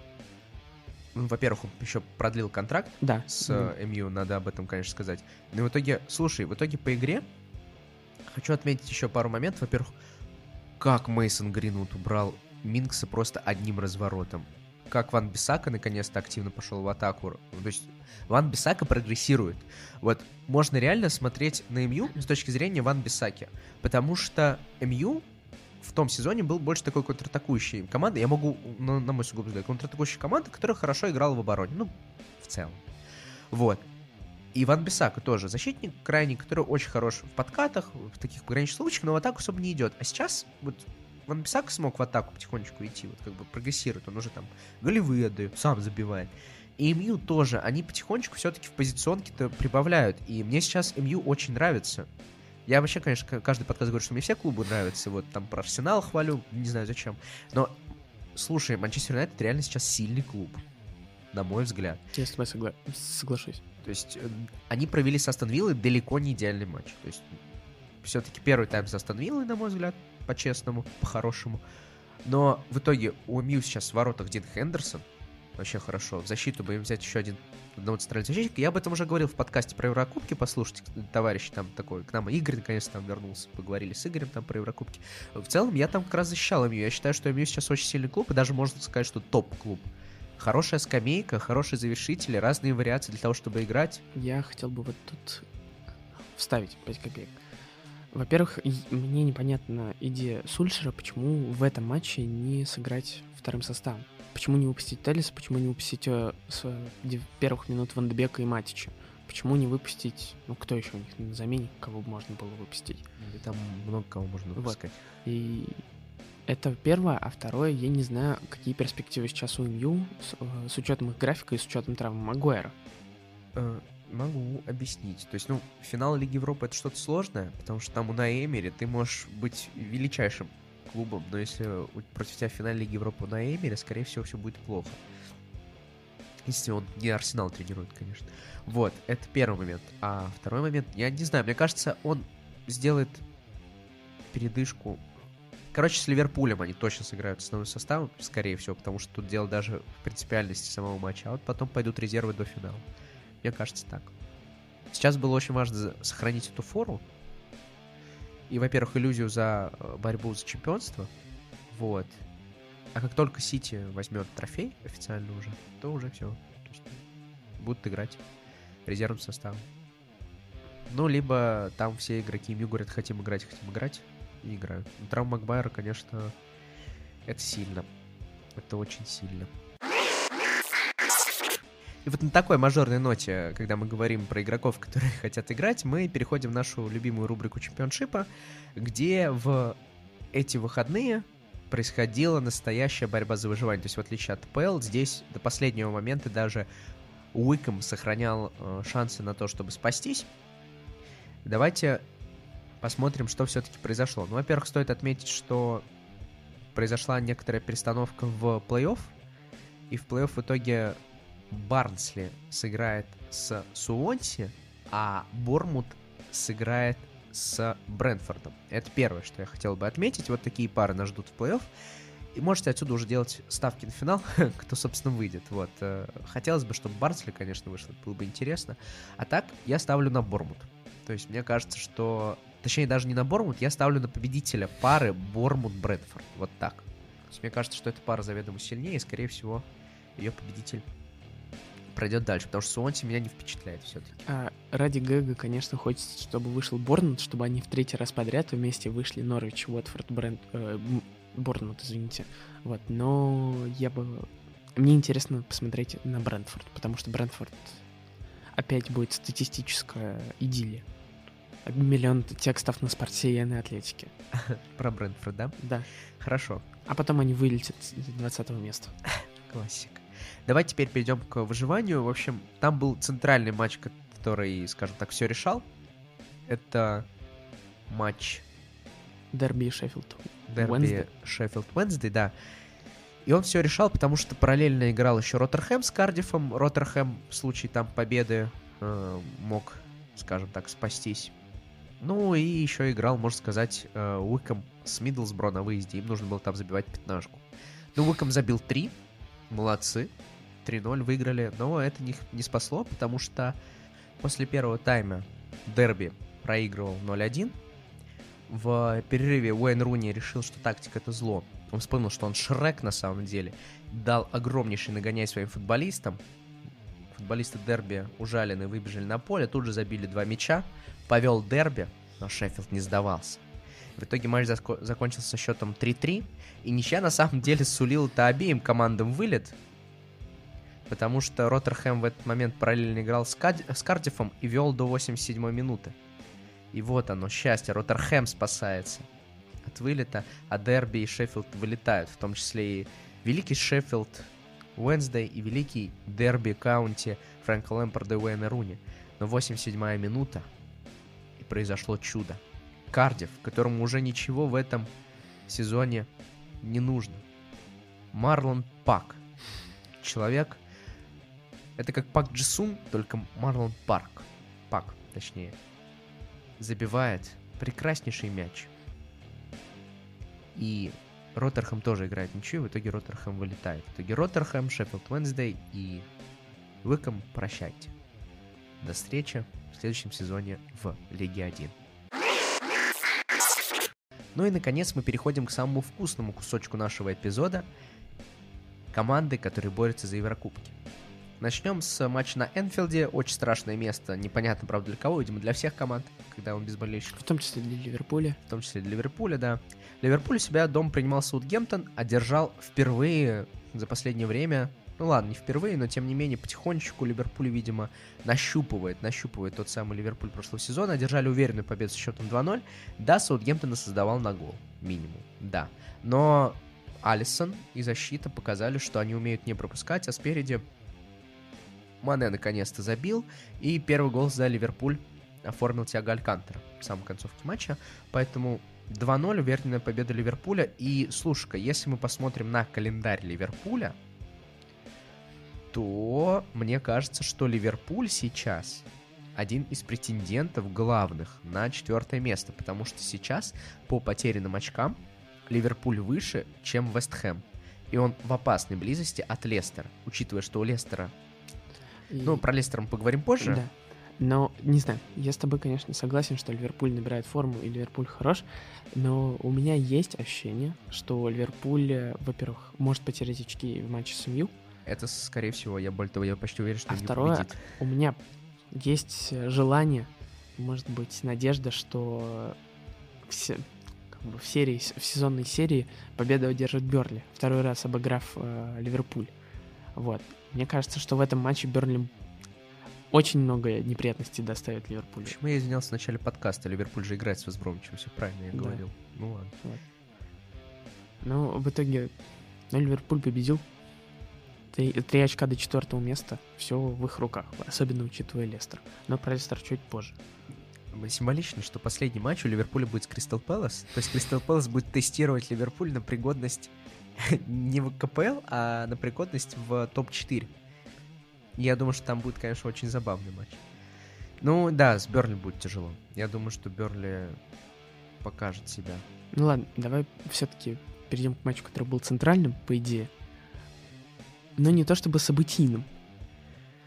Ну, во-первых, он еще продлил контракт с МЮ, надо об этом, конечно, сказать. Но в итоге, слушай, по игре хочу отметить еще пару моментов. Во-первых, как Мейсон Гринвуд убрал Минкса просто одним разворотом. Как Ван Бисака наконец-то активно пошел в атаку. То есть Ван Бисака прогрессирует. Вот можно реально смотреть на МЮ с точки зрения Ван Бисаки. Потому что МЮ в том сезоне был больше такой контратакующей командой. Я могу, на мой сугубо взгляд, контратакующей команды, которая хорошо играла в обороне. Ну, в целом. Вот. И Ван Бисака тоже защитник крайний, который очень хорош в подкатах, в таких пограничных случаях, но в атаку особо не идет. А сейчас вот Ван Бисака смог в атаку потихонечку идти, вот как бы прогрессирует, он уже там голевые отдает, сам забивает. И МЮ тоже, они потихонечку все-таки в позиционке-то прибавляют, и мне сейчас МЮ очень нравится. Я вообще, конечно, каждый подкаст говорю, что мне все клубы нравятся, вот там про Арсенал хвалю, не знаю зачем, но, слушай, Манчестер Юнайтед реально сейчас сильный клуб, на мой взгляд. Я с тобой соглашусь. То есть они провели с Астон Виллой далеко не идеальный матч, то есть все-таки первый тайм с Астон Виллой, на мой взгляд, по-честному, по-хорошему. Но в итоге у МЮ сейчас в воротах Дин Хендерсон. Вообще хорошо. В защиту бы им взять еще одного центрального защитника. Я об этом уже говорил в подкасте про Еврокубки. Послушайте, товарищи, там такой. К нам Игорь наконец там вернулся. Поговорили с Игорем там про Еврокубки. В целом, я там как раз защищал МЮ. Я считаю, что МЮ сейчас очень сильный клуб. И даже можно сказать, что топ-клуб. Хорошая скамейка, хорошие завершители, разные вариации для того, чтобы играть. Я хотел бы вот тут вставить 5 копеек. Во-первых, мне непонятна идея Сульшера, почему в этом матче не сыграть вторым составом. Почему не выпустить Теллиса, почему не выпустить с первых минут Ван де Бека и Матича. Почему не выпустить, ну кто еще у них на замене, кого можно было выпустить. И там много кого можно выпускать. Вот. И это первое, а второе, я не знаю, какие перспективы сейчас у МЮ с учетом их графика и с учетом травмы Магуайра. Могу объяснить. То есть, финал Лиги Европы — это что-то сложное, потому что там у Унай Эмери ты можешь быть величайшим клубом, но если против тебя в финале Лиги Европы Унай Эмери, скорее всего, все будет плохо. Если он не Арсенал тренирует, конечно. Вот, это первый момент. А второй момент, я не знаю, мне кажется, он сделает передышку. Короче, с Ливерпулем они точно сыграют основным составом, скорее всего, потому что тут дело даже в принципиальности самого матча, а вот потом пойдут резервы до финала. Мне кажется, так. Сейчас было очень важно сохранить эту форму. И, во-первых, иллюзию за борьбу за чемпионство. Вот. А как только Сити возьмет трофей официально уже, то уже все. То есть будут играть резервным составом. Ну, либо там все игроки МЮ говорят, хотим играть, и играют. Но травма Магуайра, конечно, это сильно. Это очень сильно. И вот на такой мажорной ноте, когда мы говорим про игроков, которые хотят играть, мы переходим в нашу любимую рубрику чемпионшипа, где в эти выходные происходила настоящая борьба за выживание. То есть в отличие от ПЛ, здесь до последнего момента даже Уикхэм сохранял шансы на то, чтобы спастись. Давайте посмотрим, что все-таки произошло. Ну, во-первых, стоит отметить, что произошла некоторая перестановка в плей-офф, и в плей-офф в итоге Барнсли сыграет с Суонси, а Бормут сыграет с Брентфордом. Это первое, что я хотел бы отметить. Вот такие пары нас ждут в плей-офф. И можете отсюда уже делать ставки на финал, кто, собственно, выйдет. Вот. Хотелось бы, чтобы Барнсли, конечно, вышло. Было бы интересно. А так, я ставлю на Бормут. То есть мне кажется, что... Точнее, даже не на Борнмут, я ставлю на победителя пары Борнмут-Брэдфорд. Вот так. То есть мне кажется, что эта пара заведомо сильнее, и, скорее всего, ее победитель пройдет дальше, потому что Суонси меня не впечатляет все-таки. Ради гэга, конечно, хочется, чтобы вышел Борнмут, чтобы они в третий раз подряд вместе вышли Норвич, Уотфорд, Борнмут, извините. Вот, но мне интересно посмотреть на Брентфорд, потому что Брентфорд опять будет статистическая идиллия. 1 миллион текстов на спорте и на атлетике. Про Брентфорд, да? Да. Хорошо. А потом они вылетят с 20-го места. Классика. Давай теперь перейдем к выживанию. В общем, там был центральный матч, который, скажем так, все решал. Это матч... Дерби Шеффилд Уэнсдей, да. И он все решал, потому что параллельно играл еще Роттерхэм с Кардиффом. Роттерхэм в случае там победы мог, скажем так, спастись. Ну и еще играл, можно сказать, Уикхэм с Миддлсбро на выезде. Им нужно было там забивать пятнашку. Ну, Уикхэм забил 3. Молодцы. 3-0 выиграли. Но это их не спасло, потому что после первого тайма Дерби проигрывал 0-1. В перерыве Уэйн Руни решил, что тактика — это зло. Он вспомнил, что он Шрек на самом деле. Дал огромнейший нагоняй своим футболистам. Футболисты Дерби ужалены, выбежали на поле, тут же забили 2 мяча. Повел Дерби, но Шеффилд не сдавался. В итоге матч закончился со счетом 3-3. И ничья на самом деле сулила-то обеим командам вылет. Потому что Роттерхэм в этот момент параллельно играл с Кардиффом и вел до 87-й минуты. И вот оно, счастье. Роттерхэм спасается от вылета, а Дерби и Шеффилд вылетают. В том числе и великий Шеффилд Уэнсдей и великий Дерби Каунти Фрэнка Лэмпарда и Уэйна Руни. Но 87-я минута, и произошло чудо. Кардифф, которому уже ничего в этом сезоне не нужно. Марлон Пак. Человек... Это как Пак Джисун, только Марлон Пак, точнее. Забивает прекраснейший мяч. И Роттерхэм тоже играет ничью, и в итоге Роттерхэм вылетает. В итоге Роттерхэм, Шеффилд Уэнсдей и Уикхэм, прощайте. До встречи в следующем сезоне в Лиге 1. Ну и, наконец, мы переходим к самому вкусному кусочку нашего эпизода. Команды, которые борются за Еврокубки. Начнем с матча на Энфилде. Очень страшное место. Непонятно, правда, для кого. Видимо, для всех команд, когда он без болельщиков. В том числе для Ливерпуля. В том числе для Ливерпуля, да. Ливерпуль у себя дома принимал Саутгемптон, одержал впервые за последнее время... Ну ладно, не впервые, но тем не менее потихонечку Ливерпуль, видимо, нащупывает тот самый Ливерпуль прошлого сезона. Одержали уверенную победу с счетом 2-0. Да, Саутгемптон создавал на гол. Минимум, да. Но Алисон и защита показали, что они умеют не пропускать, а спереди Мане наконец-то забил. И первый гол за Ливерпуль оформил Тиаго Алькантара в самой концовке матча. Поэтому 2-0, уверенная победа Ливерпуля. И, слушай-ка, если мы посмотрим на календарь Ливерпуля, то мне кажется, что Ливерпуль сейчас один из претендентов главных на 4 место, потому что сейчас по потерянным очкам Ливерпуль выше, чем Вест Хэм. И он в опасной близости от Лестера, учитывая, что у Лестера... Ну, про Лестер мы поговорим позже. Да. Но, не знаю, я с тобой, конечно, согласен, что Ливерпуль набирает форму, и Ливерпуль хорош, но у меня есть ощущение, что Ливерпуль, во-первых, может потерять очки в матче с МЮ. Это, скорее всего, я почти уверен, что а не второе, победит. У меня есть желание, может быть, надежда, что в сезонной серии победу одержит Бернли, второй раз обыграв Ливерпуль. Вот. Мне кажется, что в этом матче Бернли очень много неприятностей доставит Ливерпулю. Почему я извинялся в начале подкаста? Ливерпуль же играет с Вестбромичем, все правильно я говорил. Ну ладно. Вот. Ну, в итоге, Ливерпуль победил. 3 очка до 4 места, все в их руках, особенно учитывая Лестер. Но про Лестер чуть позже. Символично, что последний матч у Ливерпуля будет с Кристал Пэлас. То есть Кристал Пэлас будет тестировать Ливерпуль на пригодность не в КПЛ, а на пригодность в топ-4. Я думаю, что там будет, конечно, очень забавный матч. Ну да, с Бернли будет тяжело. Я думаю, что Бернли покажет себя. Ну ладно, давай все-таки перейдем к матчу, который был центральным, по идее. Но не то чтобы событийным.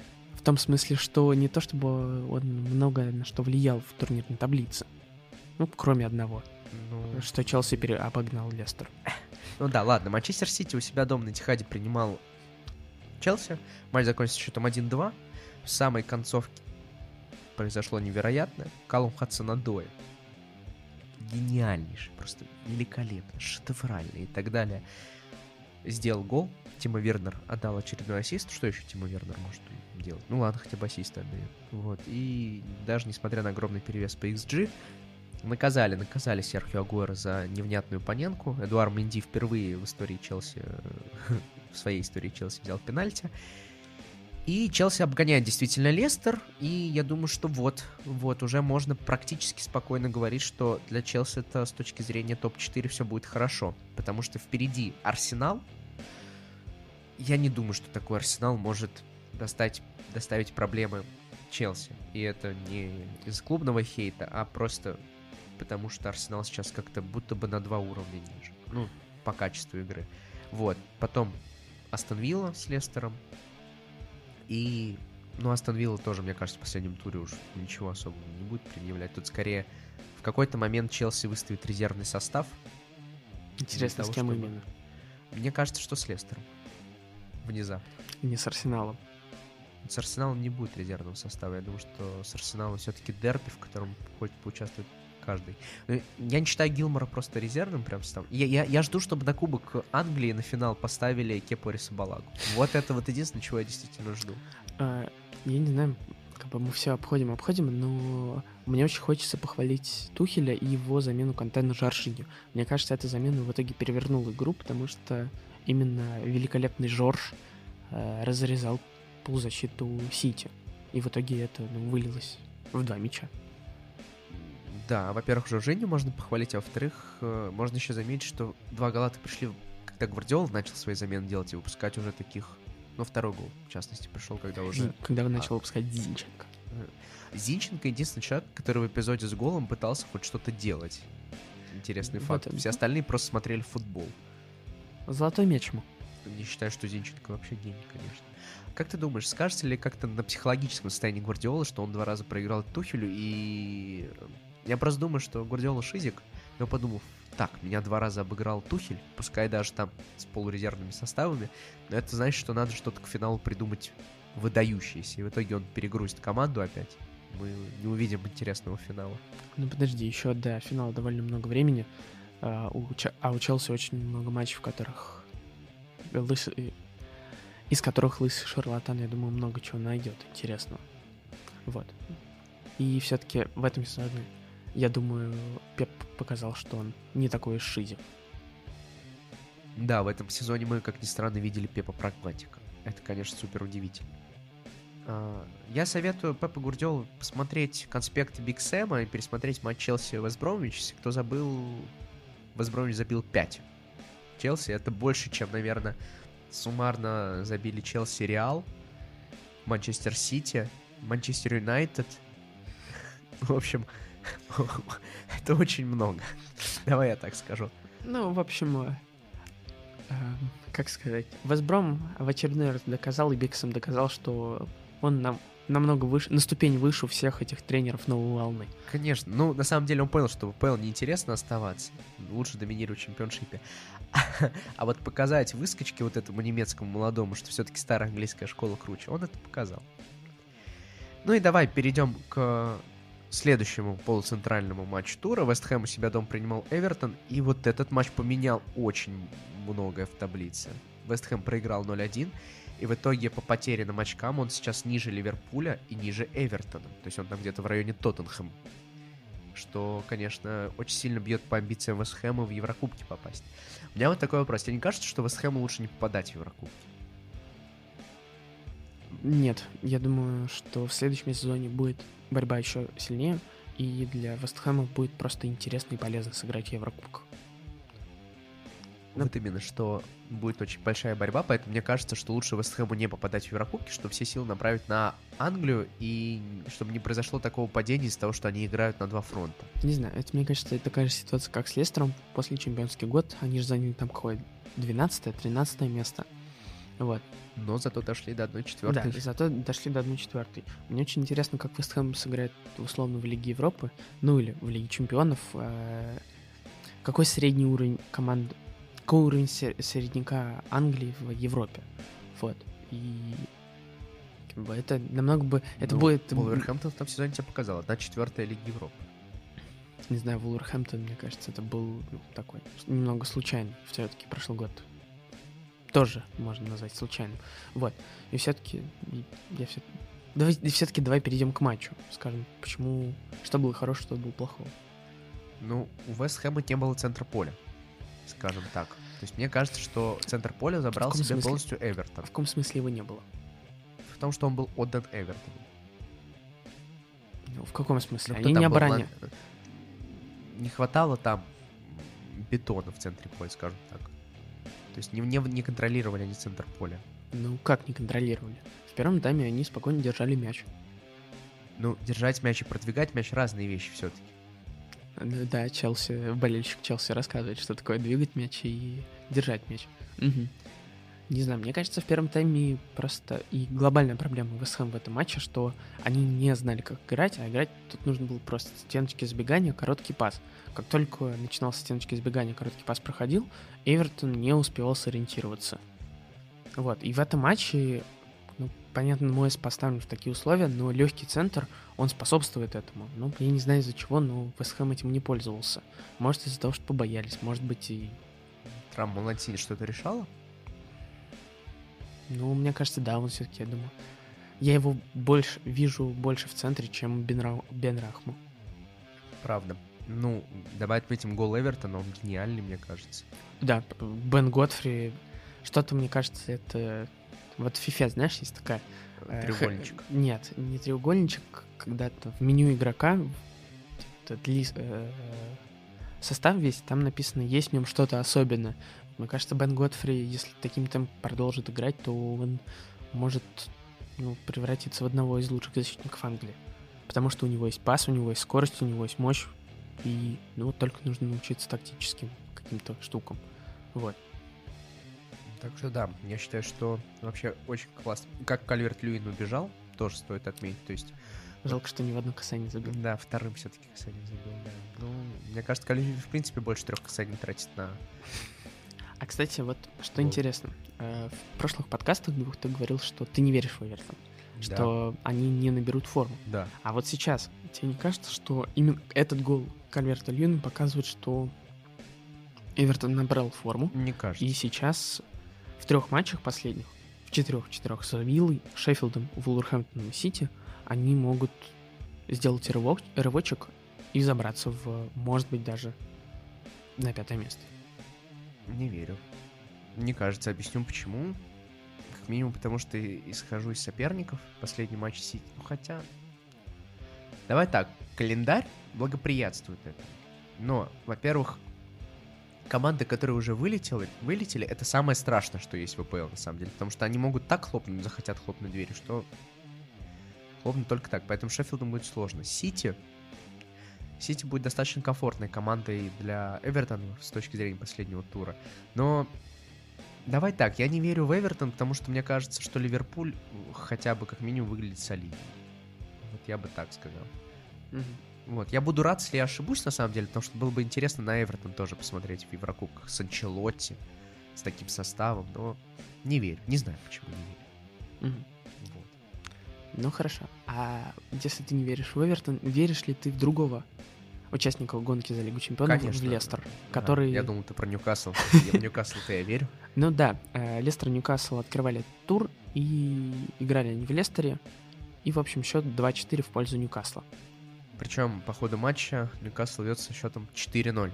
том смысле, что не то чтобы он много на что влиял в турнирной таблице. Ну, кроме одного. Ну, Что Челси обогнал Лестер. ну да, ладно. Манчестер Сити у себя дома на Этихаде принимал Челси. Матч закончился счетом 1-2. В самой концовке произошло невероятное. Калум Хадсон-Одой. Гениальнейший, просто великолепно, шедевральный и так далее. Сделал гол. Тимо Вернер отдал очередной ассист. Что еще Тимо Вернер может делать? Ну ладно, хотя бы ассист отдает. Вот. И даже несмотря на огромный перевес по XG, наказали Серхио Агуэро за невнятную Паненку. Эдуард Менди впервые в истории Челси, в своей истории Челси взял пенальти. И Челси обгоняет действительно Лестер, и я думаю, что вот, уже можно практически спокойно говорить, что для Челси это с точки зрения топ-4 все будет хорошо, потому что впереди Арсенал. Я не думаю, что такой Арсенал может доставить проблемы Челси, и это не из клубного хейта, а просто потому что Арсенал сейчас как-то будто бы на 2 уровня ниже, ну, по качеству игры. Вот, потом Астон Вилла с Лестером. И, ну, Астон Вилла тоже, мне кажется, в последнем туре уж ничего особого не будет предъявлять. Тут скорее в какой-то момент Челси выставит резервный состав. Интересно, с кем именно? Мне кажется, что с Лестером. Внезапно. Не с Арсеналом. С Арсеналом не будет резервного состава. Я думаю, что с Арсеналом все-таки дерби, в котором хочет поучаствовать каждый. Я не считаю Гилмора просто резервным прям составом. Я жду, чтобы на Кубок Англии на финал поставили Кепу Аризабалагу. Вот это вот единственное, чего я действительно жду. Я не знаю, как бы мы все обходим, но мне очень хочется похвалить Тухеля и его замену Канте на Жоржинью. Мне кажется, эта замена в итоге перевернула игру, потому что именно великолепный Жорж разрезал полузащиту Сити. И в итоге это вылилось в 2 мяча. Да, во-первых, Жоржинью можно похвалить, а во-вторых, можно еще заметить, что 2 гола-то пришли, когда Гвардиола начал свои замены делать и выпускать уже таких... Ну, 2-й гол, в частности, пришел, когда уже... Когда он начал выпускать Зинченко. Зинченко единственный человек, который в эпизоде с голом пытался хоть что-то делать. Интересный факт. Все остальные просто смотрели футбол. Золотой мяч ему. Не считаю, что Зинченко вообще гений, конечно. Как ты думаешь, скажется ли как-то на психологическом состоянии Гвардиолы, что он 2 раза проиграл Тухелю, и... Я просто думаю, что Гвардиола шизик, но подумав, так, меня 2 раза обыграл Тухель, пускай даже там с полурезервными составами, но это значит, что надо что-то к финалу придумать выдающееся, и в итоге он перегрузит команду опять. Мы не увидим интересного финала. Ну подожди, еще до финала довольно много времени, у Челси очень много матчей, в которых из которых лысый шарлатан, я думаю, много чего найдет интересного. Вот. И все-таки в этом сезоне, я думаю, Пеп показал, что он не такой уж шизик. Да, в этом сезоне мы, как ни странно, видели Пепа прагматика. Это, конечно, супер удивительно. Я советую Пепу Гвардиолу посмотреть конспекты Биг Сэма и пересмотреть матч Челси-Вест Бромвич. Если кто забыл, Вест Бромвич забил 5. Челси это больше, чем, наверное, суммарно забили Челси, Реал, Манчестер Сити, Манчестер Юнайтед. В общем, это очень много. Давай я так скажу. Ну, в общем, как сказать, Вест Бром в очередной раз доказал, и Биксом доказал, что он намного выше, на ступень выше всех этих тренеров новой волны. Конечно. Ну, на самом деле он понял, что в ПЛ неинтересно оставаться. Лучше доминировать в чемпионшипе. А вот показать выскочки вот этому немецкому молодому, что все-таки старая английская школа круче, он это показал. Ну и давай перейдем к следующему полуцентральному матчу тура. Вест Хэм у себя дома принимал Эвертон, и вот этот матч поменял очень многое в таблице. Вест Хэм проиграл 0-1, и в итоге по потерянным очкам он сейчас ниже Ливерпуля и ниже Эвертона. То есть он там где-то в районе Тоттенхэма. Что, конечно, очень сильно бьет по амбициям Вест Хэма в Еврокубки попасть. У меня вот такой вопрос. Тебе не кажется, что Вест Хэму лучше не попадать в Еврокубки? Нет, я думаю, что в следующем сезоне будет борьба еще сильнее, и для Вест Хэма будет просто интересно и полезно сыграть в Еврокубках. Вот именно, что будет очень большая борьба, поэтому мне кажется, что лучше Вест Хэму не попадать в Еврокубки, чтобы все силы направить на Англию, и чтобы не произошло такого падения из-за того, что они играют на 2 фронта. Не знаю, это, мне кажется, это такая же ситуация, как с Лестером после чемпионский год. Они же заняли там какое 12-13 место. Вот. Но зато дошли до 1/4. Да, зато дошли до 1/4. Мне очень интересно, как Вест Хэм сыграет условно в Лиге Европы, ну или в Лиге Чемпионов. Какой средний уровень команд, какой уровень середняка Англии в Европе. Вот. И как бы это намного бы... Это будет... Вулверхэмптон в том сезоне тебе показал. 1/4 Лиги Европы. Не знаю, Вулверхэмптон, мне кажется, это был такой немного случайный все-таки прошлый год. Тоже можно назвать случайным. Вот. И все-таки давай перейдем к матчу. Скажем, почему... Что было хорошего, что было плохого. Ну, у Вест Хэма не было центра поля, скажем так. То есть мне кажется, что центр поля забрал себе полностью Эвертон. В каком смысле его не было? В том, что он был отдан Эвертону. Ну, в каком смысле? Они не обороняли. Не хватало там бетона в центре поля, скажем так. То есть не контролировали они центр поля. Ну, как не контролировали? В первом тайме они спокойно держали мяч. Ну, держать мяч и продвигать мяч — разные вещи все-таки. Да, болельщик Челси рассказывает, что такое двигать мяч и держать мяч. Угу. Не знаю, мне кажется, в первом тайме просто и глобальная проблема Вест Хэм в этом матче, что они не знали, как играть, а играть тут нужно было просто стеночки сбегания, короткий пас. Как только начинался стеночки сбегания, короткий пас проходил, Эвертон не успевал сориентироваться. Вот, и в этом матче, ну, понятно, Моэс поставлен в такие условия, но легкий центр, он способствует этому. Ну, я не знаю из-за чего, но Вест Хэм этим не пользовался. Может, из-за того, что побоялись, может быть, и... Травма Лансини что-то решала? Ну, мне кажется, да, он все-таки, я думаю. Я его вижу больше в центре, чем Бен Рахму. Правда. Ну, давай отметим гол Эвертона, он гениальный, мне кажется. Да, Бен Готфри, что-то, мне кажется, это... Вот в FIFA, знаешь, есть такая... Треугольничек. Нет, не треугольничек, когда-то в меню игрока состав весь, там написано, есть в нем что-то особенное. Мне кажется, Бен Готфри, если таким темпом продолжит играть, то он может превратиться в одного из лучших защитников Англии. Потому что у него есть пас, у него есть скорость, у него есть мощь. И только нужно научиться тактическим каким-то штукам. Вот. Так что да, я считаю, что вообще очень классно. Как Кальверт-Льюин убежал, тоже стоит отметить. То есть... Жалко, что ни в одно касание забил. Да, вторым все-таки касанием забил, да. Ну, мне кажется, Кальверт, в принципе, больше 3 касаний тратит на... А, кстати, вот что интересно. В прошлых подкастах ты говорил, что ты не веришь в Эвертон. Да. Что они не наберут форму. Да. А вот сейчас тебе не кажется, что именно этот гол Кальверта-Льюина показывает, что Эвертон набрал форму? Не кажется. И сейчас в 3 матчах последних, в 4 с Виллой, Шеффилдом, Вулверхэмптоном и Сити, они могут сделать рывочек и забраться в, может быть, даже на 5 место. Не верю. Не кажется. Объясню почему. Как минимум потому, что исхожу из соперников. Последний матч Сити. Ну, хотя... Давай так. Календарь благоприятствует это. Но, во-первых, команды, которые уже вылетели, это самое страшное, что есть в АПЛ, на самом деле. Потому что они могут так хлопнуть, захотят хлопнуть дверью, что хлопнуть только так. Поэтому Шеффилдом будет сложно. Сити будет достаточно комфортной командой для Эвертона с точки зрения последнего тура. Но давай так, я не верю в Эвертон, потому что мне кажется, что Ливерпуль хотя бы как минимум выглядит солидно. Вот я бы так сказал. Вот. Я буду рад, если я ошибусь, на самом деле, потому что было бы интересно на Эвертон тоже посмотреть в Еврокубках с Анчелотти, с таким составом, но не верю. Не знаю, почему не верю. Вот. Ну, хорошо. А если ты не веришь в Эвертон, веришь ли ты в другого участника гонки за Лигу Чемпионов, в Лестер, который... Я думал, ты про Ньюкасл. В Ньюкасл-то я верю. Ну да, Лестер и Ньюкасл открывали тур, и играли они в Лестере, и, в общем, счет 2-4 в пользу Ньюкасла. Причем по ходу матча Ньюкасл ведет со счетом 4-0.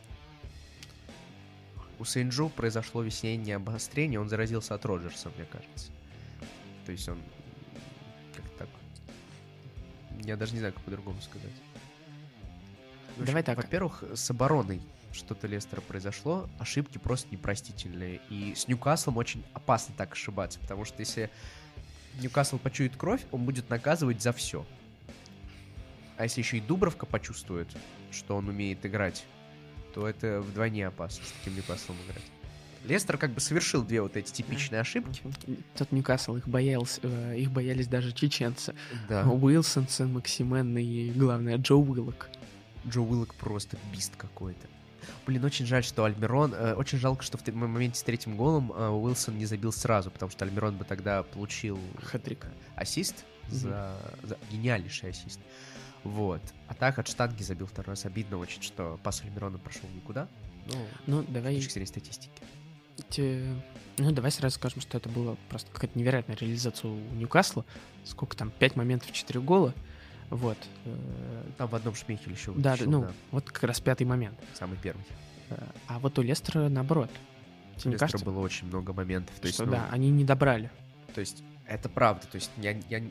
У Сейнджу произошло весеннее обострение, он заразился от Роджерса, мне кажется. То есть он как-то так... Я даже не знаю, как по-другому сказать. Общем, давай так. Во-первых, с обороной что-то Лестера произошло, ошибки просто непростительные. И с Ньюкаслом очень опасно так ошибаться, потому что если Ньюкасл почует кровь, он будет наказывать за все. А если еще и Дубровка почувствует, что он умеет играть, то это вдвойне опасно с таким Ньюкаслом играть. Лестер как бы совершил две вот эти типичные ошибки. Тот Ньюкасл, их боялись даже чеченцы. Да. Уилсон, Сен-Максимен и, главное, Джо Уиллок. Джо Уиллок просто бист какой-то. Блин, очень жаль, что Альмирон... очень жалко, что в моменте с третьим голом Уилсон не забил сразу, потому что Альмирон бы тогда получил... Хэт-трик. Ассист за гениальнейший ассист. Вот. А так от штанги забил второй раз. Обидно очень, что пас Альмирона прошел никуда. Ну, давай... С точки зрения статистики. Давай сразу скажем, что это была просто какая-то невероятная реализация у Ньюкасла. Сколько там? 5 моментов, 4 гола. Вот. Там в одном Шмейхель еще Да, вытащил, вот как раз 5-й момент. Самый первый. А вот у Лестера наоборот. У Лестера было очень много моментов. То есть, да, они не добрали. То есть, это правда. То есть,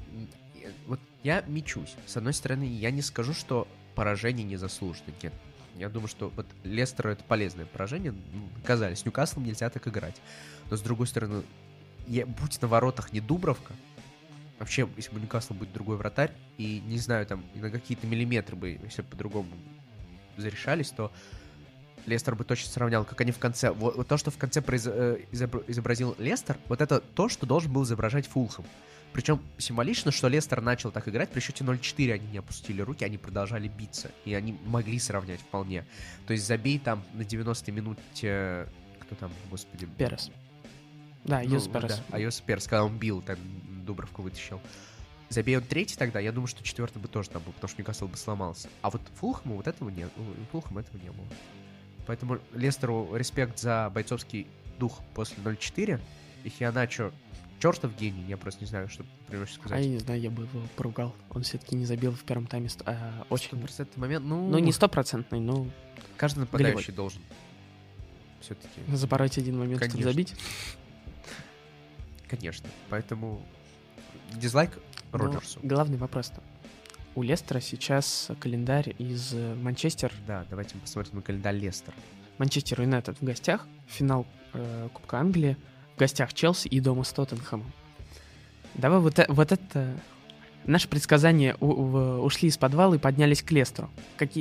я мечусь. С одной стороны, я не скажу, что поражение незаслуженно. Нет. Я думаю, что вот Лестеру это полезное поражение. Доказали, с Ньюкаслом нельзя так играть. Но с другой стороны, будь на воротах не Дубровка, вообще, если бы у Ньюкасла будет другой вратарь, и, не знаю, там, и на какие-то миллиметры бы, если бы по-другому зарешались, то Лестер бы точно сравнял, как они в конце... Вот то, что в конце изобразил Лестер, вот это то, что должен был изображать Фулхэм. Причем символично, что Лестер начал так играть, при счете 0-4 они не опустили руки, они продолжали биться, и они могли сравнять вполне. То есть забей там на 90-й минуте... Кто там, господи? Перес. Да, Айос Перес. Да, Айос Перес, когда он бил, там Дубровку вытащил. Забей он третий тогда, я думаю, что четвертый бы тоже там был, потому что Ньюкасл бы сломался. А вот Фулхэму вот этого нет, Фулхэма этого не было. Поэтому Лестеру респект за бойцовский дух после 0-4. И Хианачо чертов гений, я просто не знаю, что примерно сказать. А я не знаю, я бы его поругал. Он все-таки не забил в первом тайме очень... 100% момент, Ну, не 100%, но... Каждый нападающий должен все-таки... Запороть один момент, чтобы забить? Конечно. Поэтому дизлайк Роджерсу. Главный вопрос-то. У Лестера сейчас календарь из Манчестер... Да, давайте посмотрим на календарь Лестера. Манчестер Юнайтед в гостях, финал Кубка Англии, в гостях Челси и дома с Тоттенхэмом. Давай вот это... Наши предсказания ушли из подвала и поднялись к Лестеру.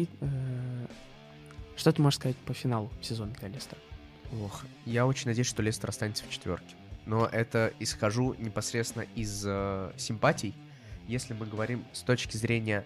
Что ты можешь сказать по финалу сезона для Лестера? Я очень надеюсь, что Лестер останется в четверке. Но это исхожу непосредственно из симпатий. Если мы говорим с точки зрения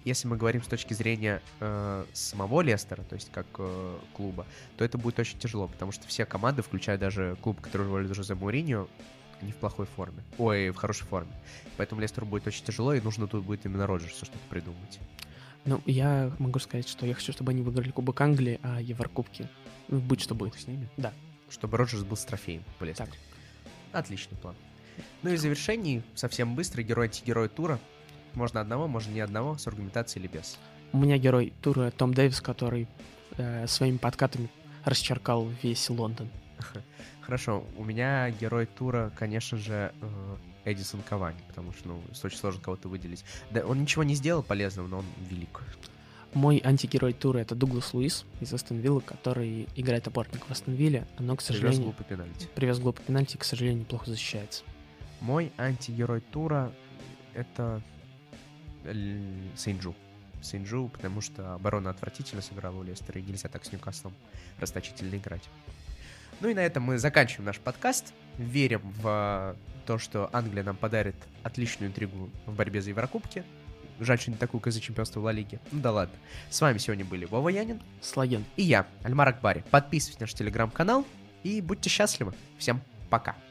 самого Лестера, то есть как клуба, то это будет очень тяжело, потому что все команды, включая даже клуб, который руководит Жозе Моуриньо, не в плохой форме. В хорошей форме. Поэтому Лестеру будет очень тяжело, и нужно тут будет именно Роджерсу что-то придумать. Ну, я могу сказать, что я хочу, чтобы они выиграли Кубок Англии, а Еврокубки будь что будет. С ними? Да. Чтобы Роджерс был с трофеем в Лестере. Так. Отличный план. Ну и в завершении совсем быстро герой-антигерой тура. Можно одного, можно не одного, с аргументацией или без. У меня герой тура Том Дэвис, который своими подкатами расчеркал весь Лондон. Хорошо, у меня герой тура, конечно же, Эдисон Кавани, потому что, очень сложно кого-то выделить. Да, он ничего не сделал полезного, но он велик. Мой антигерой тура — это Дуглас Луис из Астон Виллы, который играет опорник в Астон Вилле, но, к сожалению... Привез глупый пенальти, к сожалению, плохо защищается. Мой антигерой тура — это Сейнджу. Сейнджу, потому что оборона отвратительно сыграла у Лестера, и нельзя так с Ньюкаслом расточительно играть. Ну и на этом мы заканчиваем наш подкаст. Верим в то, что Англия нам подарит отличную интригу в борьбе за Еврокубки. Жаль, что не такую, как за чемпионство в Ла Лиге. Ну да ладно. С вами сегодня были Вова Янин, Слаген и я, Альмар Акбари. Подписывайтесь на наш телеграм-канал и будьте счастливы. Всем пока.